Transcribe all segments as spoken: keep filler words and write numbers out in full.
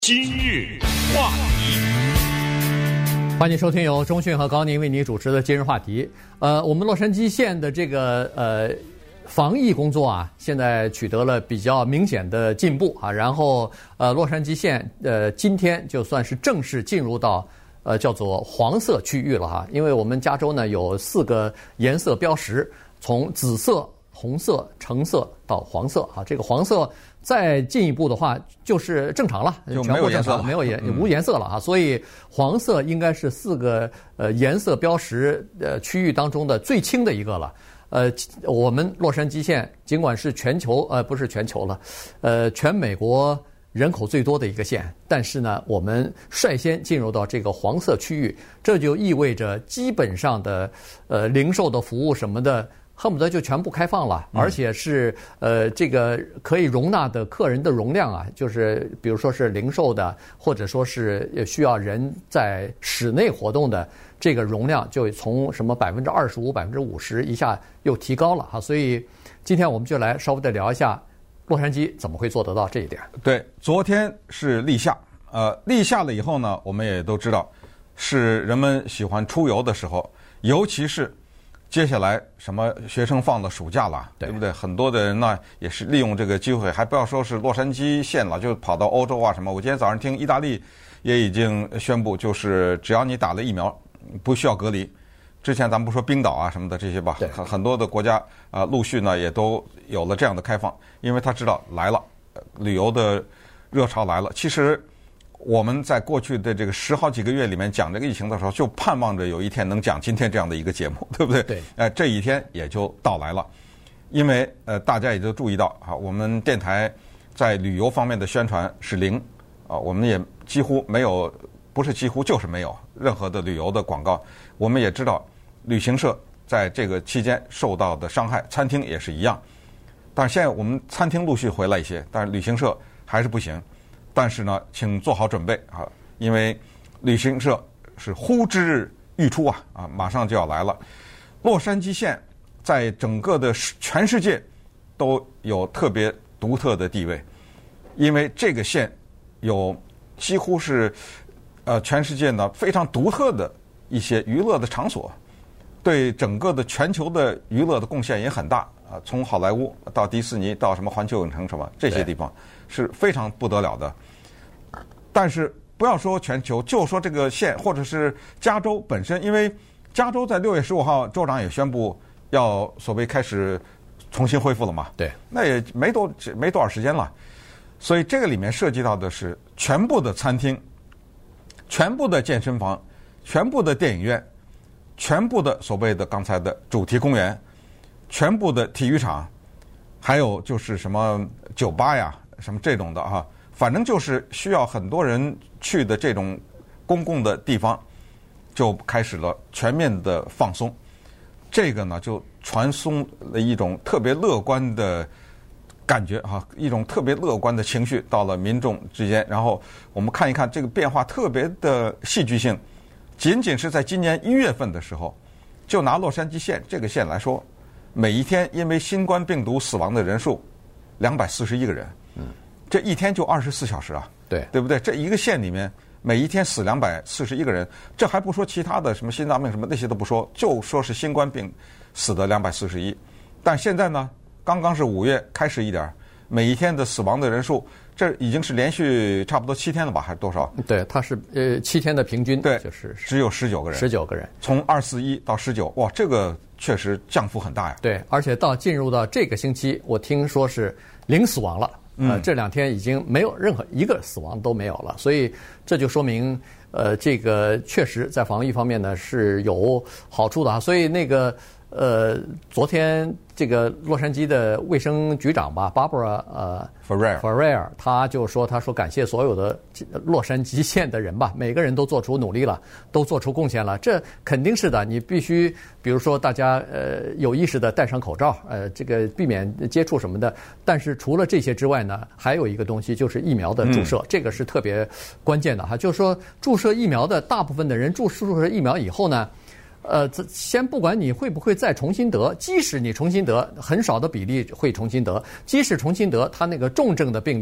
今日话题， 欢迎收听由钟讯和高宁为你主持的今日话题。呃，我们洛杉矶县的这个呃防疫工作啊，现在取得了比较明显的进步啊。然后呃，洛杉矶县呃今天就算是正式进入到呃叫做黄色区域了哈，因为我们加州呢有四个颜色标识，从紫色、红色、橙色到黄色啊。这个黄色再进一步的话，就是正常了， 就没有颜色了， 没有颜无颜色了啊。所以黄色应该是四个呃颜色标识呃区域当中的最轻的一个了。呃，我们洛杉矶县尽管是全球呃不是全球了，呃全美国人口最多的一个县，但是呢，我们率先进入到这个黄色区域，这就意味着基本上的呃零售的服务什么的，恨不得就全部开放了，而且是呃这个可以容纳的客人的容量啊，就是比如说是零售的，或者说是需要人在室内活动的，这个容量就从什么百分之二十五、百分之五十一下又提高了哈。所以今天我们就来稍微的聊一下洛杉矶怎么会做得到这一点。 对，昨天是立夏，呃，立夏了以后呢，我们也都知道是人们喜欢出游的时候，尤其是接下来什么学生放了暑假了， 对, 对不对？很多的人呢也是利用这个机会，还不要说是洛杉矶县了，就跑到欧洲啊什么。我今天早上听意大利也已经宣布，就是只要你打了疫苗，不需要隔离。之前咱们不说冰岛啊什么的这些吧，很很多的国家啊、呃、陆续呢也都有了这样的开放，因为他知道来了，旅游的热潮来了。其实我们在过去的这个十好几个月里面讲这个疫情的时候，就盼望着有一天能讲今天这样的一个节目，对不对？ 对。 呃，这一天也就到来了，因为呃大家也就注意到啊，我们电台在旅游方面的宣传是零啊，我们也几乎没有，不是几乎就是没有任何的旅游的广告。我们也知道旅行社在这个期间受到的伤害，餐厅也是一样。但是现在我们餐厅陆续回来一些，但是旅行社还是不行。但是呢，请做好准备啊，因为旅行社是呼之欲出啊啊，马上就要来了。洛杉矶县在整个的全世界都有特别独特的地位，因为这个县有几乎是呃全世界呢非常独特的一些娱乐的场所，对整个的全球的娱乐的贡献也很大啊。从好莱坞到迪士尼到什么环球影城什么这些地方是非常不得了的。但是不要说全球，就说这个县或者是加州本身，因为加州在六月十五号州长也宣布要所谓开始重新恢复了嘛， 对， 那也没多没多少时间了，所以这个里面涉及到的是全部的餐厅、全部的健身房、全部的电影院、全部的所谓的刚才的主题公园、全部的体育场，还有就是什么酒吧呀什么这种的哈，反正就是需要很多人去的这种公共的地方，就开始了全面的放松。这个呢就传送了一种特别乐观的感觉哈，一种特别乐观的情绪到了民众之间。然后我们看一看这个变化特别的戏剧性，仅仅是在今年一月份的时候，就拿洛杉矶县这个县来说，每一天因为新冠病毒死亡的人数两百四十一个人，嗯，这一天就二十四小时啊， 对对不对？这一个县里面每一天死两百四十一个人，这还不说其他的什么心脏病什么那些都不说，就说是新冠病死的两百四十一。但现在呢，刚刚是五月开始一点，每一天的死亡的人数，这已经是连续差不多七天了吧，还是多少？ 对，它是呃七天的平均， 对， 就是只有十九个人， 十九个人， 从二四一到十九，哇，这个确实降幅很大呀。 对，而且到进入到这个星期，我听说是零死亡了。呃，这两天已经没有任何一个死亡都没有了，所以这就说明，呃，这个确实在防疫方面呢是有好处的啊。所以那个呃，昨天这个洛杉矶的卫生局长吧 ，Barbara 呃 Ferrer Ferrer， 他就说，他说感谢所有的洛杉矶县的人吧，每个人都做出努力了，都做出贡献了，这肯定是的。你必须，比如说大家呃有意识的戴上口罩，呃，这个避免接触什么的。但是除了这些之外呢，还有一个东西就是疫苗的注射，嗯、这个是特别关键的哈。就是说，注射疫苗的大部分的人注注射疫苗以后呢。呃，先不管你会不会再重新得，即使你重新得，很少的比例会重新得。即使重新得，它那个重症的病例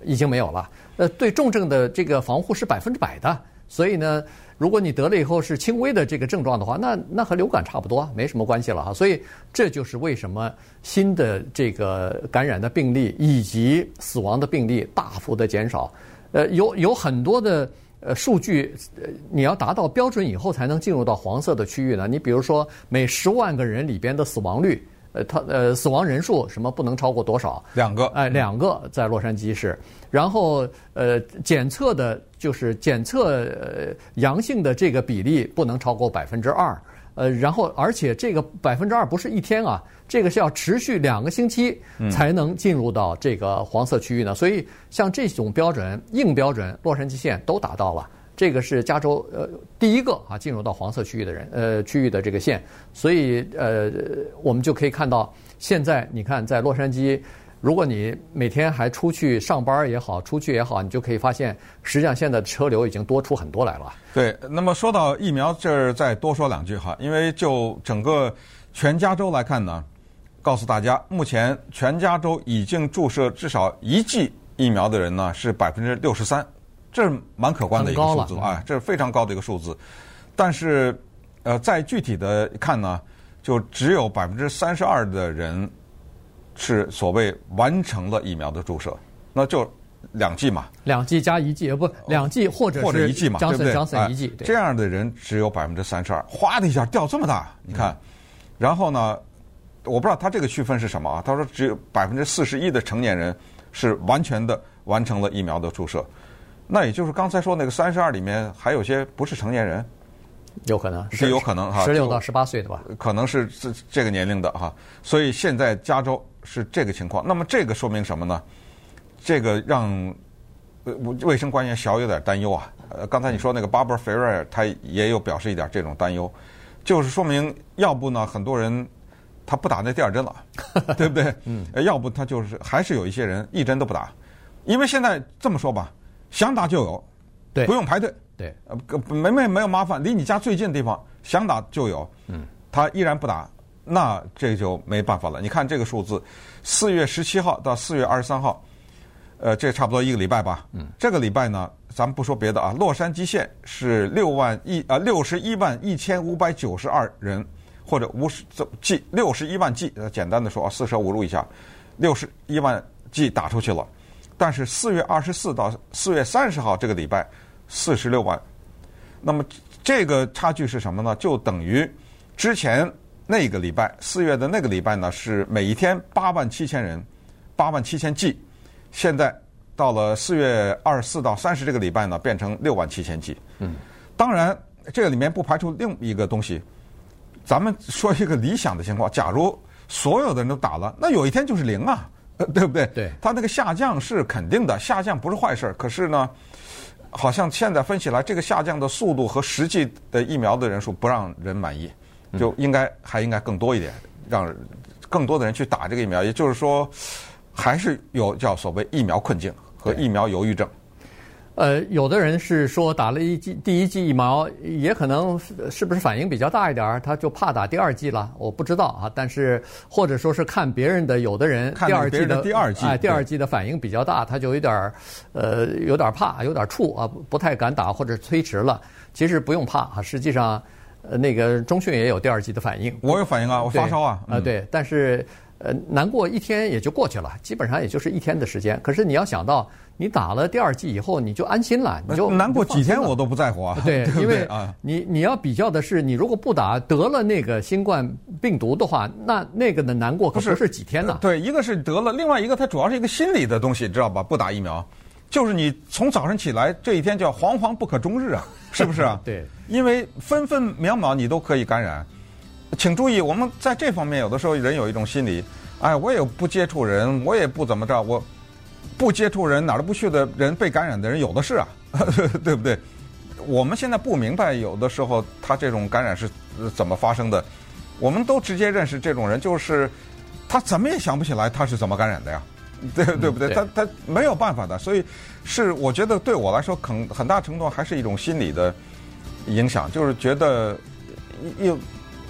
已经没有了。呃，对重症的这个防护是百分之百的，所以呢，如果你得了以后是轻微的这个症状的话，那那和流感差不多，没什么关系了哈。所以这就是为什么新的这个感染的病例以及死亡的病例大幅的减少。呃，有有很多的呃数据，呃，你要达到标准以后才能进入到黄色的区域呢。你比如说每十万个人里边的死亡率。呃，它呃死亡人数什么不能超过多少？ 两个， 哎、呃，两个在洛杉矶市。然后呃，检测的就是检测呃阳性的这个比例不能超过百分之二。呃，然后而且这个百分之二不是一天啊，这个是要持续两个星期才能进入到这个黄色区域呢。嗯、所以像这种标准硬标准，洛杉矶县都达到了。这个是加州呃第一个啊进入到黄色区域的人呃区域的这个县，所以呃我们就可以看到，现在你看在洛杉矶，如果你每天还出去上班也好，出去也好，你就可以发现，实际上现在的车流已经多出很多来了。 对，那么说到疫苗这儿再多说两句哈，因为就整个全加州来看呢，告诉大家，目前全加州已经注射至少一剂疫苗的人呢是百分之六十三。这是蛮可观的一个数字啊，这是非常高的一个数字。但是，呃，再具体的看呢，就只有百分之三十二的人是所谓完成了疫苗的注射，那就两剂嘛， 两剂加一剂，呃不，两剂或者是或者一剂嘛，对不对？ 张森一剂， 这样的人只有百分之三十二，哗的一下掉这么大，你看。然后呢，我不知道他这个区分是什么啊？他说只有百分之四十一的成年人是完全的完成了疫苗的注射。那也就是刚才说那个三十二里面还有些不是成年人， 有可能是有可能哈， 十六到十八岁的吧， 可能是这这个年龄的哈。所以现在加州是这个情况。那么这个说明什么呢？这个让呃卫生官员小有点担忧啊。呃，刚才你说那个 Barbara Ferrer 他也有表示一点这种担忧，就是说明要不呢很多人他不打那第二针了，对不对？嗯，要不他就是还是有一些人一针都不打，因为现在这么说吧。想打就有， 对， 不用排队， 对， 呃，没没没有麻烦，离你家最近的地方想打就有，嗯，他依然不打，那这就没办法了。你看这个数字，四月十七号到四月二十三号，呃，这差不多一个礼拜吧，嗯，这个礼拜呢，咱们不说别的啊，洛杉矶县是六万一啊六十一万一千五百九十二人，或者五十剂六十一万剂，呃，简单的说啊，四舍五入一下，六十一万剂打出去了。但是四月二十四到四月三十号这个礼拜，四十六万。那么这个差距是什么呢？就等于之前那个礼拜四月的那个礼拜呢，是每一天八万七千人，八万七千剂。现在到了四月二十四到三十这个礼拜呢，变成六万七千剂。嗯，当然这个里面不排除另一个东西。咱们说一个理想的情况，假如所有的人都打了，那有一天就是零啊。对不对？ 对， 它那个下降是肯定的，下降不是坏事。可是呢，好像现在分析来，这个下降的速度和实际的疫苗的人数不让人满意，就应该还应该更多一点，让更多的人去打这个疫苗。也就是说，还是有叫所谓疫苗困境和疫苗犹豫症。 呃，有的人是说打了一剂第一剂疫苗，也可能是不是反应比较大一点，他就怕打第二剂了，我不知道啊。但是或者说是看别人的，有的人第二剂的第二剂， 哎，第二剂的反应比较大，他就有点呃有点怕，有点怵啊，不太敢打或者推迟了。其实不用怕啊，实际上呃那个中迅也有第二剂的反应， 我有反应啊，我发烧啊， 啊、呃、对，但是呃难过一天也就过去了，基本上也就是一天的时间。可是你要想到。你打了第二剂以后，你就安心了，你就难过几天我都不在乎啊。 对， 对因为你你要比较的是，你如果不打得了那个新冠病毒的话，那那个的难过可不是几天呢。 对，一个是得了，另外一个它主要是一个心理的东西，知道吧？不打疫苗，就是你从早上起来这一天叫惶惶不可终日啊，是不是啊？ 对， 因为分分秒秒你都可以感染。请注意，我们在这方面有的时候人有一种心理，哎，我也不接触人，我也不怎么着，我。不接触人哪儿都不去的人被感染的人有的是啊，对不对？我们现在不明白有的时候他这种感染是怎么发生的，我们都直接认识这种人，就是他怎么也想不起来他是怎么感染的呀，对对不对？他他没有办法的，所以是我觉得对我来说，很很大程度还是一种心理的影响，就是觉得又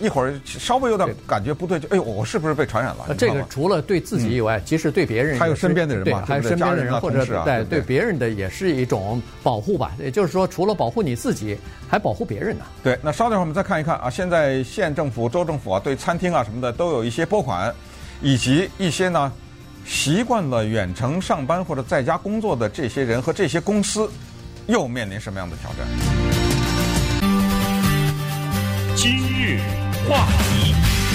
一会儿稍微有点感觉不对，就哎呦，我是不是被传染了？ 呃、这个除了对自己以外，嗯、其实对别人还有身边的人嘛， 还有身边的人或者对、啊、 对对别人的也是一种保护吧。也就是说，除了保护你自己，还保护别人呢。 对，那稍等会儿我们再看一看啊，现在县政府、州政府啊，对餐厅啊什么的都有一些拨款，以及一些呢习惯了远程上班或者在家工作的这些人和这些公司，又面临什么样的挑战？ 今日话题，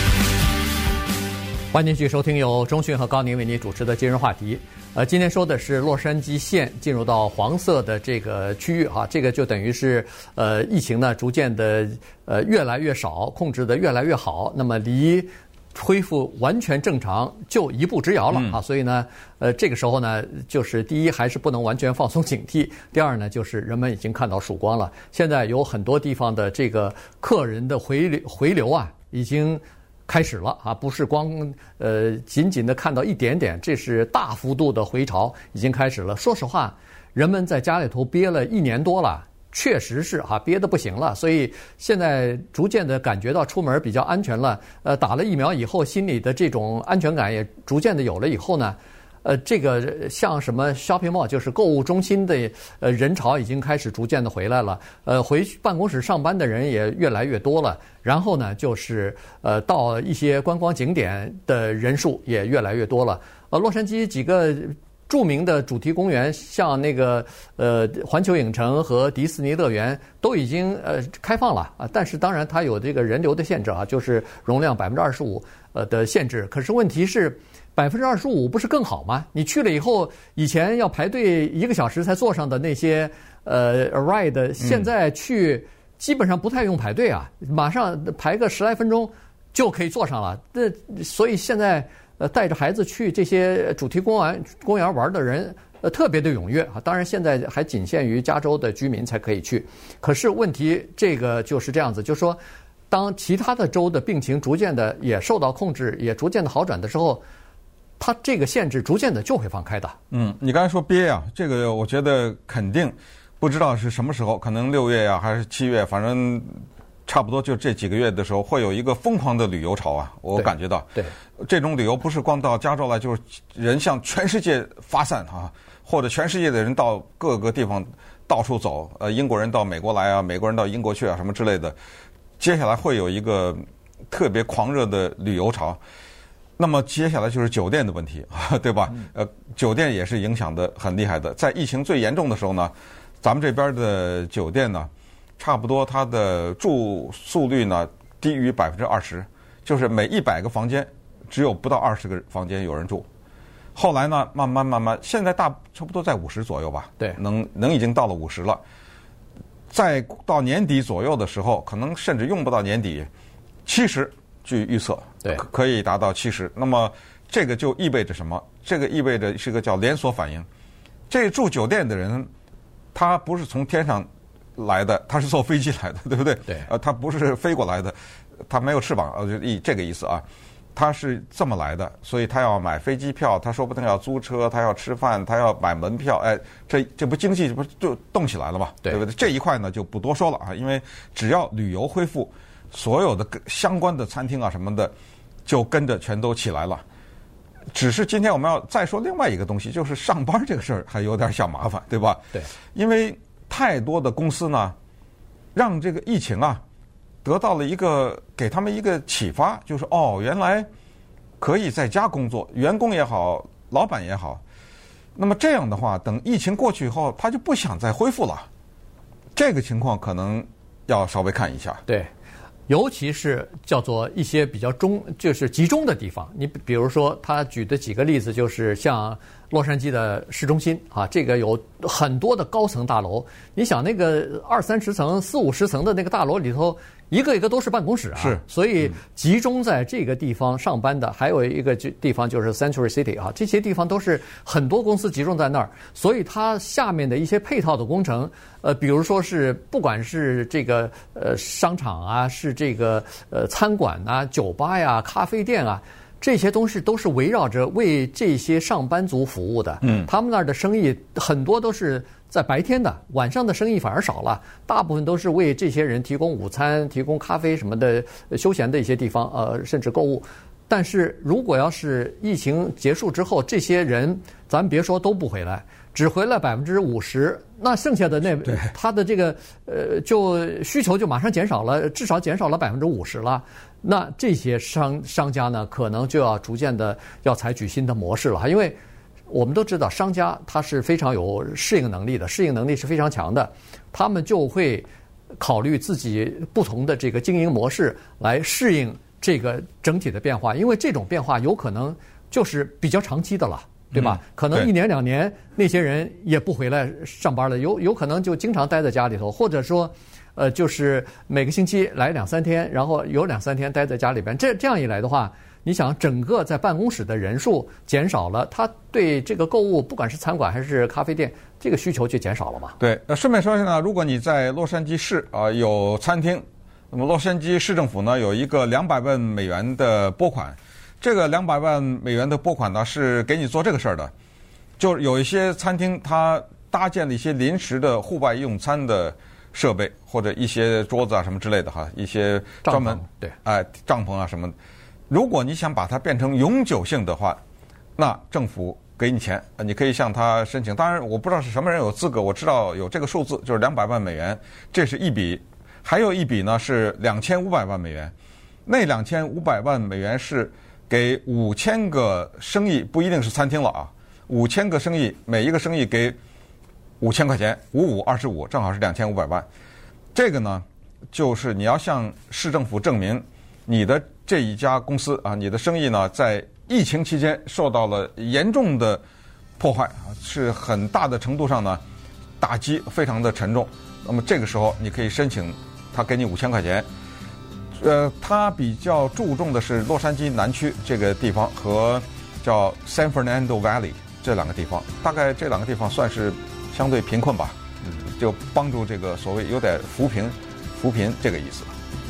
欢迎继续收听由钟迅和高宁为您主持的今日话题。呃，今天说的是洛杉矶县进入到黄色的这个区域哈，这个就等于是呃疫情呢逐渐的呃越来越少，控制的越来越好，那么离恢复完全正常就一步之遥了啊！所以呢，呃，这个时候呢，就是第一还是不能完全放松警惕；第二呢，就是人们已经看到曙光了。现在有很多地方的这个客人的回流回流啊，已经开始了啊，不是光呃仅仅的看到一点点，这是大幅度的回潮已经开始了。说实话，人们在家里头憋了一年多了。确实是哈、啊，憋得不行了，所以现在逐渐的感觉到出门比较安全了。呃，打了疫苗以后，心里的这种安全感也逐渐的有了以后呢，呃，这个像什么 shopping mall 就是购物中心的呃人潮已经开始逐渐的回来了。呃，回去办公室上班的人也越来越多了。然后呢，就是呃到一些观光景点的人数也越来越多了。呃，洛杉矶几个著名的主题公园，像那个呃环球影城和迪士尼乐园都已经呃开放了啊，但是当然它有这个人流的限制啊，就是容量百分之二十五呃的限制。可是问题是百分之二十五不是更好吗？你去了以后，以前要排队一个小时才坐上的那些呃 ride， 现在去基本上不太用排队啊，马上排个十来分钟就可以坐上了。那所以现在。呃，带着孩子去这些主题公园公园玩的人，呃，特别的踊跃啊。当然，现在还仅限于加州的居民才可以去。可是问题，这个就是这样子，就是说，当其他的州的病情逐渐的也受到控制，也逐渐的好转的时候，它这个限制逐渐的就会放开的。 嗯，你刚才说憋呀、啊，这个我觉得肯定不知道是什么时候，可能六月呀、啊、还是七月，反正。差不多就这几个月的时候，会有一个疯狂的旅游潮啊！我感觉到， 对， 对这种旅游不是光到加州来，就是人向全世界发散啊，或者全世界的人到各个地方到处走。呃，英国人到美国来啊，美国人到英国去啊，什么之类的。接下来会有一个特别狂热的旅游潮。那么接下来就是酒店的问题，对吧？呃，酒店也是影响的很厉害的。在疫情最严重的时候呢，咱们这边的酒店呢。差不多，它的住宿率呢低于百分之二十，就是每一百个房间只有不到二十个房间有人住。后来呢，慢慢慢慢，现在大差不多在五十左右吧， 对， 能能已经到了五十了。再到年底左右的时候，可能甚至用不到年底，七十据预测， 对， 可以达到七十。那么这个就意味着什么？这个意味着是个叫连锁反应。这住酒店的人，他不是从天上。来的，他是坐飞机来的，对不对？ 对。 呃，他不是飞过来的，他没有翅膀，呃，就意这个意思啊。他是这么来的，所以他要买飞机票，他说不定要租车，他要吃饭，他要买门票，哎，这这不经济不就动起来了嘛？ 对， 对不对？这一块呢就不多说了啊，因为只要旅游恢复，所有的相关的餐厅啊什么的，就跟着全都起来了。只是今天我们要再说另外一个东西，就是上班这个事儿还有点小麻烦，对吧？ 对， 因为。太多的公司呢，让这个疫情啊得到了一个给他们一个启发，就是哦，原来可以在家工作，员工也好，老板也好。那么这样的话，等疫情过去以后，他就不想再恢复了。这个情况可能要稍微看一下。 对，尤其是叫做一些比较中，就是集中的地方。你比如说，他举的几个例子，就是像。洛杉矶的市中心啊，这个有很多的高层大楼。你想那个二三十层、四五十层的那个大楼里头，一个一个都是办公室啊。 是， 所以集中在这个地方上班的，还有一个地方就是 Century City 啊，这些地方都是很多公司集中在那儿，所以它下面的一些配套的工程，呃，比如说是不管是这个呃商场啊，是这个呃餐馆啊、酒吧呀、咖啡店啊。 这些东西都是围绕着为这些上班族服务的。嗯，他们那儿的生意很多都是在白天的，晚上的生意反而少了，大部分都是为这些人提供午餐、提供咖啡什么的休闲的一些地方，呃，甚至购物。但是如果要是疫情结束之后，这些人咱们别说都不回来，只回来百分之五十，那剩下的那他的这个呃，就需求就马上减少了，至少减少了百分之五十了。那这些商商家呢，可能就要逐渐的要采取新的模式了，因为我们都知道商家他是非常有适应能力的，适应能力是非常强的，他们就会考虑自己不同的这个经营模式来适应这个整体的变化，因为这种变化有可能就是比较长期的了，对吧？嗯、可能一年两年那些人也不回来上班了，有有可能就经常待在家里头，或者说，呃，就是每个星期来两三天，然后有两三天待在家里边。这这样一来的话，你想整个在办公室的人数减少了，他对这个购物，不管是餐馆还是咖啡店，这个需求就减少了嘛？ 对。呃，顺便说一下呢，如果你在洛杉矶市啊、呃、有餐厅。那么洛杉矶市政府呢有一个两百万美元的拨款，这个两百万美元的拨款呢是给你做这个事儿的，就是有一些餐厅它搭建了一些临时的户外用餐的设备或者一些桌子啊什么之类的哈，一些专门对哎、呃、帐篷啊什么，如果你想把它变成永久性的话，那政府给你钱，你可以向他申请。当然我不知道是什么人有资格，我知道有这个数字，就是两百万美元，这是一笔。还有一笔呢是两千五百万美元，那两千五百万美元是给五千个生意，不一定是餐厅了啊，五千个生意，每一个生意给五千块钱，五五二十五，正好是两千五百万。这个呢，就是你要向市政府证明你的这一家公司啊，你的生意呢在疫情期间受到了严重的破坏啊，是很大的程度上呢打击非常的沉重。那么这个时候你可以申请。他给你五千块钱，呃，他比较注重的是洛杉矶南区这个地方和叫 San Fernando Valley 这两个地方，大概这两个地方算是相对贫困吧，就帮助这个所谓有点扶贫，扶贫这个意思。